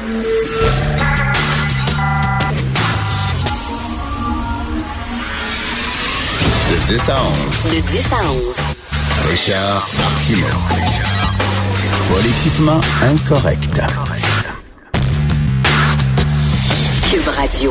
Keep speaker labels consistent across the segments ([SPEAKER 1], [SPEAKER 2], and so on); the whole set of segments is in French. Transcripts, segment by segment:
[SPEAKER 1] De 10 à 11.
[SPEAKER 2] De 10 à 11.
[SPEAKER 1] Richard Martineau. Politiquement incorrect.
[SPEAKER 2] Cube Radio.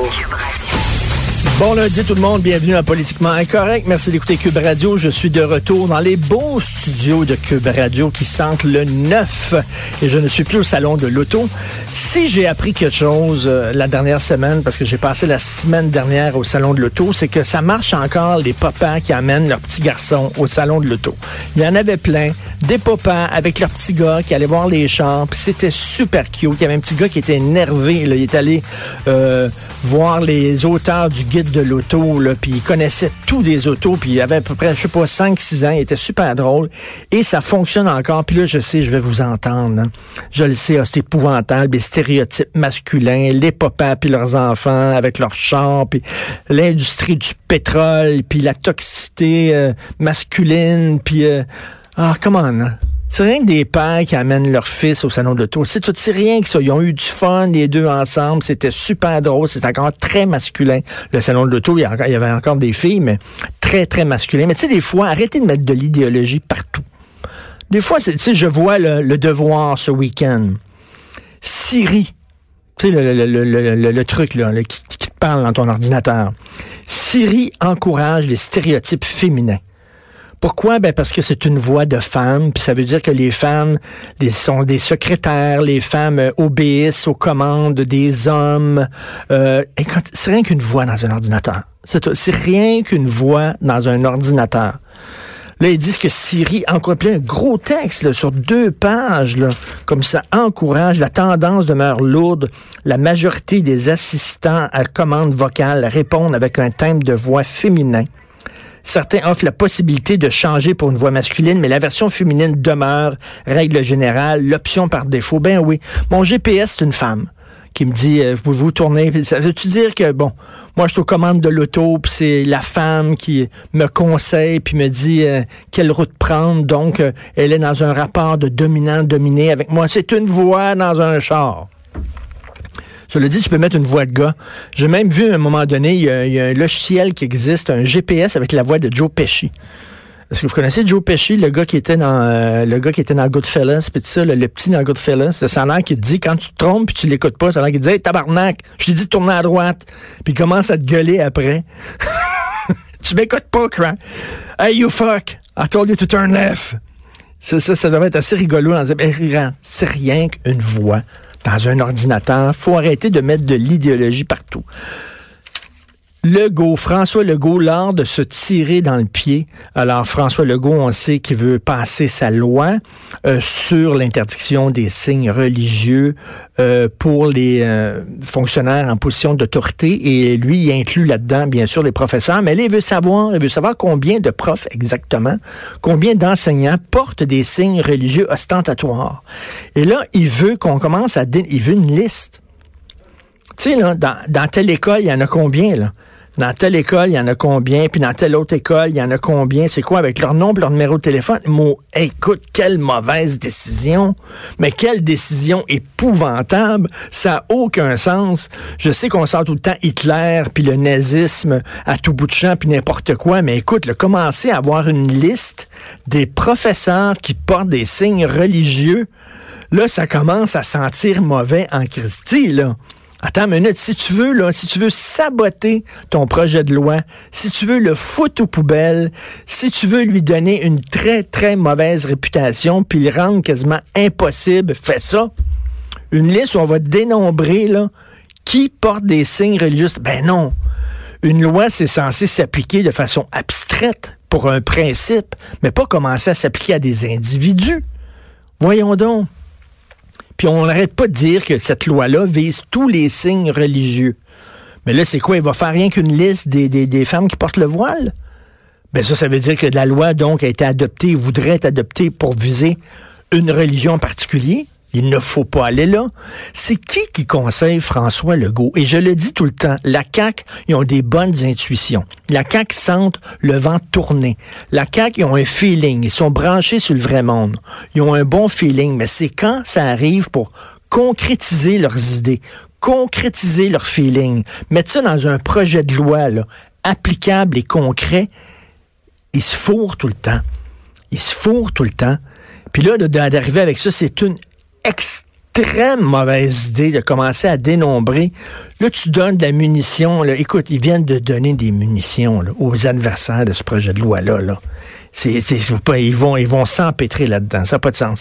[SPEAKER 3] Bon lundi tout le monde, bienvenue à Politiquement Incorrect. Merci d'écouter Cube Radio. Je suis de retour dans les beaux studios de Cube Radio qui sentent le neuf. Et je ne suis plus au salon de l'auto. Si j'ai appris quelque chose la dernière semaine, parce que j'ai passé la semaine dernière au salon de l'auto, c'est que ça marche encore les papas qui amènent leurs petits garçons au salon de l'auto. Il y en avait plein, des papas avec leurs petits gars qui allaient voir les chars. Puis c'était super cute. Il y avait un petit gars qui était énervé. Là. Il est allé voir les auteurs du guide de l'auto, là, puis il connaissait tout des autos, puis il avait à peu près, je sais pas, 5-6 ans, il était super drôle, et ça fonctionne encore, puis là, je sais, je vais vous entendre, hein. Je le sais, c'est épouvantable, les stéréotypes masculins, les papas puis leurs enfants avec leurs chars, puis l'industrie du pétrole, puis la toxicité masculine, puis come on, hein. C'est rien que des pères qui amènent leur fils au salon d'auto. C'est rien que ça. Ils ont eu du fun, les deux ensemble. C'était super drôle. C'est encore très masculin. Le salon de l'auto, il y avait encore des filles, mais très, très masculin. Mais tu sais, des fois, arrêtez de mettre de l'idéologie partout. Des fois, tu sais, je vois le Devoir ce week-end. Siri. Tu sais, le truc, là, qui te parle dans ton ordinateur. Siri encourage les stéréotypes féminins. Pourquoi? Ben parce que c'est une voix de femme, puis ça veut dire que les femmes sont des secrétaires, les femmes obéissent aux commandes des hommes. C'est rien qu'une voix dans un ordinateur. C'est rien qu'une voix dans un ordinateur. Là, ils disent que Siri encourage un gros texte là, sur 2 pages, là, comme ça encourage, la tendance demeure lourde, la majorité des assistants à commande vocale répondent avec un timbre de voix féminin. Certains offrent la possibilité de changer pour une voix masculine, mais la version féminine demeure, règle générale, l'option par défaut. Ben oui, mon GPS, c'est une femme qui me dit, pouvez-vous tourner? Ça veut-tu dire que, bon, moi, je suis aux commandes de l'auto, puis c'est la femme qui me conseille, puis me dit quelle route prendre. Donc, elle est dans un rapport de dominant-dominé avec moi. C'est une voix dans un char. Cela dit, tu peux mettre une voix de gars. J'ai même vu à un moment donné, il y a un logiciel qui existe, un GPS avec la voix de Joe Pesci. Est-ce que vous connaissez Joe Pesci, le gars qui était dans Goodfellas, puis tout ça, le petit dans Goodfellas? Ça a l'air qu'il te dit, quand tu te trompes puis tu l'écoutes pas, ça a l'air qu'il te dit, hey, tabarnak, je t'ai dit de tourner à droite. Puis il commence à te gueuler après. Tu m'écoutes pas, cran. Hey, you fuck, I told you to turn left. Ça devrait être assez rigolo. C'est rien qu'une voix dans un ordinateur. Faut arrêter de mettre de l'idéologie partout. François Legault, l'art de se tirer dans le pied. Alors, François Legault, on sait qu'il veut passer sa loi sur l'interdiction des signes religieux pour les fonctionnaires en position d'autorité. Et lui, il inclut là-dedans, bien sûr, les professeurs. Mais là, il veut savoir combien de profs exactement, combien d'enseignants portent des signes religieux ostentatoires. Et là, il veut qu'on commence il veut une liste. Tu sais, là, dans telle école, il y en a combien, là? Dans telle école, il y en a combien? Puis dans telle autre école, il y en a combien? C'est quoi? Avec leur nom et leur numéro de téléphone? Écoute, quelle mauvaise décision! Mais quelle décision épouvantable! Ça n'a aucun sens. Je sais qu'on sort tout le temps Hitler puis le nazisme à tout bout de champ puis n'importe quoi, mais écoute, commencer à avoir une liste des professeurs qui portent des signes religieux, là, ça commence à sentir mauvais en Christie, là. Attends une minute, si tu veux saboter ton projet de loi, si tu veux le foutre aux poubelles, si tu veux lui donner une très, très mauvaise réputation, puis le rendre quasiment impossible, fais ça. Une liste où on va dénombrer, là, qui porte des signes religieux. Ben non. Une loi, c'est censé s'appliquer de façon abstraite pour un principe, mais pas commencer à s'appliquer à des individus. Voyons donc. Puis on n'arrête pas de dire que cette loi-là vise tous les signes religieux. Mais là, c'est quoi? Il va faire rien qu'une liste des femmes qui portent le voile? Ben ça veut dire que la loi, donc, a été adoptée, voudrait être adoptée pour viser une religion en particulier. Il ne faut pas aller là. C'est qui conseille François Legault? Et je le dis tout le temps, la CAQ, ils ont des bonnes intuitions. La CAQ sente le vent tourner. La CAQ, ils ont un feeling. Ils sont branchés sur le vrai monde. Ils ont un bon feeling. Mais c'est quand ça arrive pour concrétiser leurs idées, concrétiser leurs feelings, mettre ça dans un projet de loi là, applicable et concret, ils se fourrent tout le temps. Ils se fourrent tout le temps. Puis là, d'arriver avec ça, c'est une extrême mauvaise idée de commencer à dénombrer. Là, tu donnes de la munition. Là. Écoute, ils viennent de donner des munitions là, aux adversaires de ce projet de loi-là. Là. Ils vont s'empêtrer là-dedans. Ça n'a pas de sens.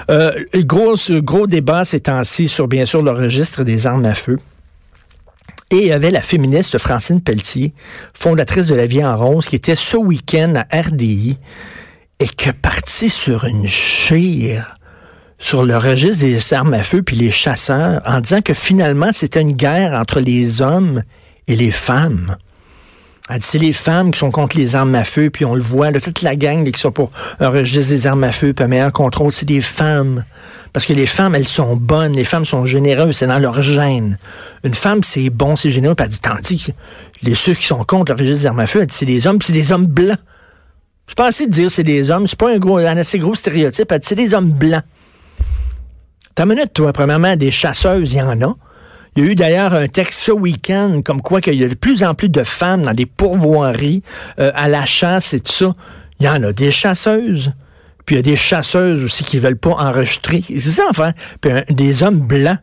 [SPEAKER 3] Gros débat ces temps-ci sur, bien sûr, le registre des armes à feu. Et il y avait la féministe Francine Pelletier, fondatrice de La Vie en Rose, qui était ce week-end à RDI et qui est partie sur une chire sur le registre des armes à feu puis les chasseurs en disant que finalement, c'était une guerre entre les hommes et les femmes. Elle dit, c'est les femmes qui sont contre les armes à feu, puis on le voit, là, toute la gang là, qui sont pour un registre des armes à feu, puis un meilleur contrôle, c'est des femmes. Parce que les femmes, elles sont bonnes, les femmes sont généreuses, c'est dans leur gène. Une femme, c'est bon, c'est généreux, puis elle dit, tandis que ceux qui sont contre le registre des armes à feu, elle dit, c'est des hommes, puis c'est des hommes blancs. C'est pas assez de dire c'est des hommes, c'est pas un assez gros stéréotype, elle dit, c'est des hommes blancs. T'as une minute, toi, premièrement, des chasseuses, il y en a. Il y a eu d'ailleurs un texte ce week-end comme quoi qu'il y a de plus en plus de femmes dans des pourvoiries à la chasse et tout ça. Il y en a des chasseuses. Puis il y a des chasseuses aussi qui veulent pas enregistrer. C'est ça, enfin. Puis des hommes blancs.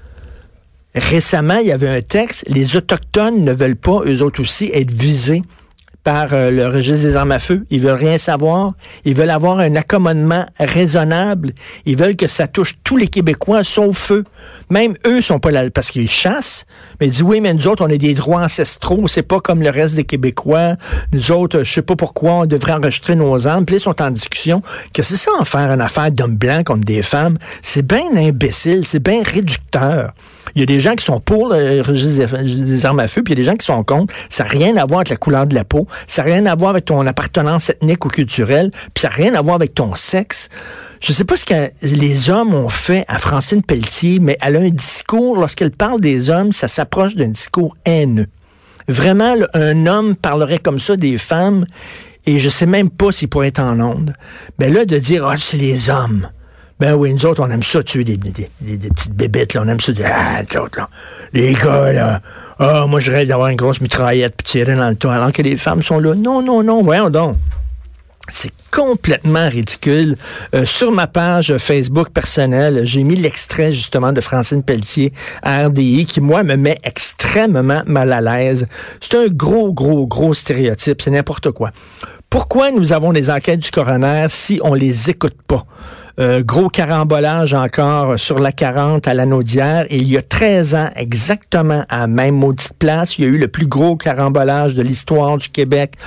[SPEAKER 3] Récemment, il y avait un texte. Les Autochtones ne veulent pas, eux autres aussi, être visés par le registre des armes à feu. Ils veulent rien savoir. Ils veulent avoir un accommodement raisonnable. Ils veulent que ça touche tous les Québécois, sauf eux. Même eux sont pas là parce qu'ils chassent. Mais ils disent, oui, mais nous autres, on a des droits ancestraux. C'est pas comme le reste des Québécois. Nous autres, je sais pas pourquoi on devrait enregistrer nos armes. Puis là, ils sont en discussion. Que c'est ça, en faire une affaire d'hommes blancs contre des femmes? C'est bien imbécile. C'est bien réducteur. Il y a des gens qui sont pour le registre des armes à feu, puis il y a des gens qui sont contre. Ça n'a rien à voir avec la couleur de la peau. Ça n'a rien à voir avec ton appartenance ethnique ou culturelle. Puis ça n'a rien à voir avec ton sexe. Je ne sais pas ce que les hommes ont fait à Francine Pelletier, mais elle a un discours, lorsqu'elle parle des hommes, ça s'approche d'un discours haineux. Vraiment, là, un homme parlerait comme ça des femmes, et je ne sais même pas s'il pourrait être en onde. Ben là, de dire, c'est les hommes. Ben oui, nous autres, on aime ça tuer des petites bébêtes, là. On aime ça dire, l'autre, là. Les gars, là. Moi, je rêve d'avoir une grosse mitraillette puis tirer dans le tas, alors que les femmes sont là. Non, voyons donc. C'est complètement ridicule. Sur ma page Facebook personnelle, j'ai mis l'extrait, justement, de Francine Pelletier à RDI, qui, moi, me met extrêmement mal à l'aise. C'est un gros stéréotype. C'est n'importe quoi. Pourquoi nous avons des enquêtes du coroner si on les écoute pas? Gros carambolage encore sur la 40 à Lanaudière. Et il y a 13 ans, exactement à la même maudite place, il y a eu le plus gros carambolage de l'histoire du Québec.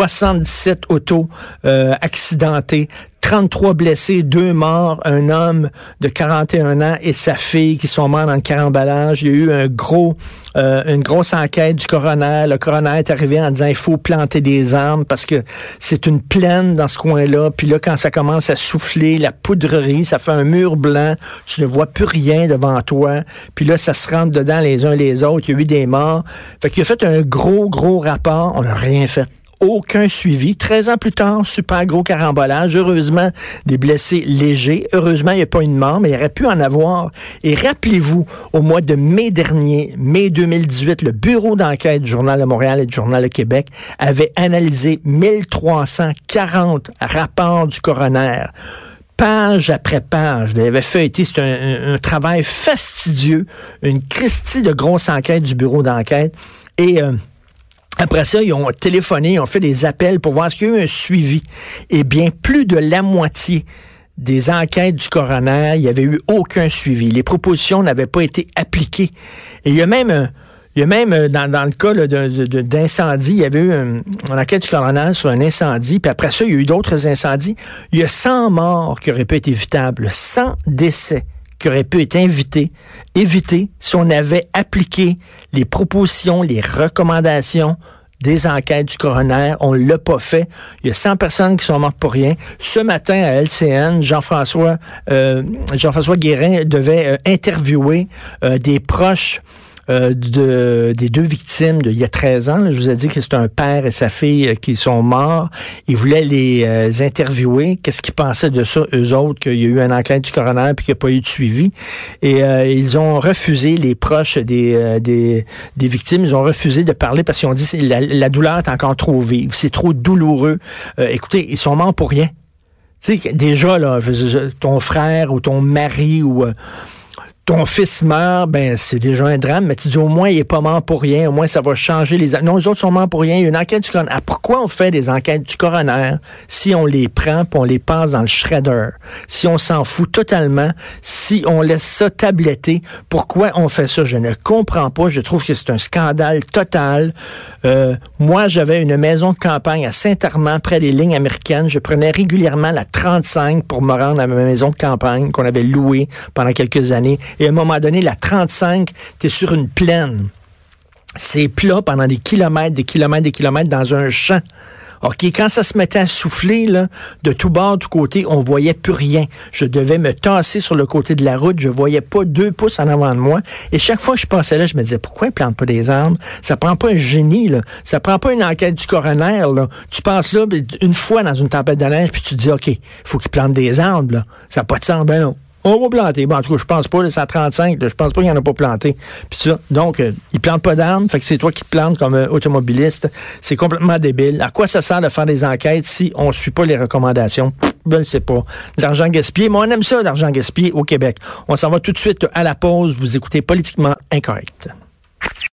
[SPEAKER 3] 77 autos accidentées, 33 blessés, 2 morts, un homme de 41 ans et sa fille qui sont morts dans le carambolage. Il y a eu une grosse enquête du coroner. Le coroner est arrivé en disant il faut planter des arbres parce que c'est une plaine dans ce coin-là. Puis là, quand ça commence à souffler, la poudrerie, ça fait un mur blanc. Tu ne vois plus rien devant toi. Puis là, ça se rentre dedans les uns les autres. Il y a eu des morts. Fait qu'il a fait un gros rapport. On n'a rien fait. Aucun suivi. 13 ans plus tard, super gros carambolage. Heureusement, des blessés légers. Heureusement, il n'y a pas une mort, mais il aurait pu en avoir. Et rappelez-vous, au mois de mai dernier, mai 2018, le bureau d'enquête du Journal de Montréal et du Journal de Québec avait analysé 1340 rapports du coroner. Page après page, il avait feuilleté, c'est un travail fastidieux, une Christie de grosse enquête du bureau d'enquête. Et après ça, ils ont téléphoné, ils ont fait des appels pour voir s'il y a eu un suivi. Eh bien, plus de la moitié des enquêtes du coroner, il n'y avait eu aucun suivi. Les propositions n'avaient pas été appliquées. Et il y a même dans le cas là, d'incendie, il y avait eu une enquête du coroner sur un incendie, puis après ça, il y a eu d'autres incendies. Il y a 100 morts qui auraient pu être évitables, 100 décès qui auraient pu être évités si on avait appliqué les propositions, les recommandations des enquêtes du coroner. On l'a pas fait. Il y a 100 personnes qui sont mortes pour rien. Ce matin, à LCN, Jean-François Guérin devait interviewer des proches des deux victimes d'il y a 13 ans. Là, je vous ai dit que c'est un père et sa fille qui sont morts. Ils voulaient les interviewer. Qu'est-ce qu'ils pensaient de ça, eux autres, qu'il y a eu une enquête du coroner puis qu'il n'y a pas eu de suivi. Et ils ont refusé, les proches des victimes, ils ont refusé de parler parce qu'ils ont dit que la douleur est encore trop vive. C'est trop douloureux. Écoutez, ils sont morts pour rien. Tu sais, déjà, là, ton frère ou ton mari ou ton fils meurt, ben c'est déjà un drame, mais tu dis au moins il est pas mort pour rien, au moins ça va changer les... Non, les autres sont morts pour rien, il y a une enquête du coroner. Pourquoi on fait des enquêtes du coroner si on les prend puis on les passe dans le shredder? Si on s'en fout totalement, si on laisse ça tabletter, pourquoi on fait ça? Je ne comprends pas, je trouve que c'est un scandale total. Moi, j'avais une maison de campagne à Saint-Armand, près des lignes américaines, je prenais régulièrement la 35 pour me rendre à ma maison de campagne qu'on avait louée pendant quelques années. Et à un moment donné, la 35, t'es sur une plaine. C'est plat pendant des kilomètres dans un champ. OK, quand ça se mettait à souffler, là, de tout bord, de tout côté, on voyait plus rien. Je devais me tasser sur le côté de la route. Je voyais pas 2 pouces en avant de moi. Et chaque fois que je passais là, je me disais, pourquoi ils plantent pas des arbres? Ça prend pas un génie, là. Ça prend pas une enquête du coroner, là. Tu passes là, une fois dans une tempête de neige, puis tu te dis, OK, faut qu'ils plantent des arbres, là. Ça n'a pas de sens. Ben non. On va planter. Bon, en tout cas, je pense pas, là, c'est à 35, là, je pense pas qu'il y en a pas planté. Puis ça, donc, ils plantent pas d'arbres, fait que c'est toi qui plantes comme automobiliste. C'est complètement débile. À quoi ça sert de faire des enquêtes si on suit pas les recommandations? Ben, je sais pas. De l'argent gaspillé, mais on aime ça, l'argent gaspillé au Québec. On s'en va tout de suite à la pause. Vous écoutez Politiquement Incorrect.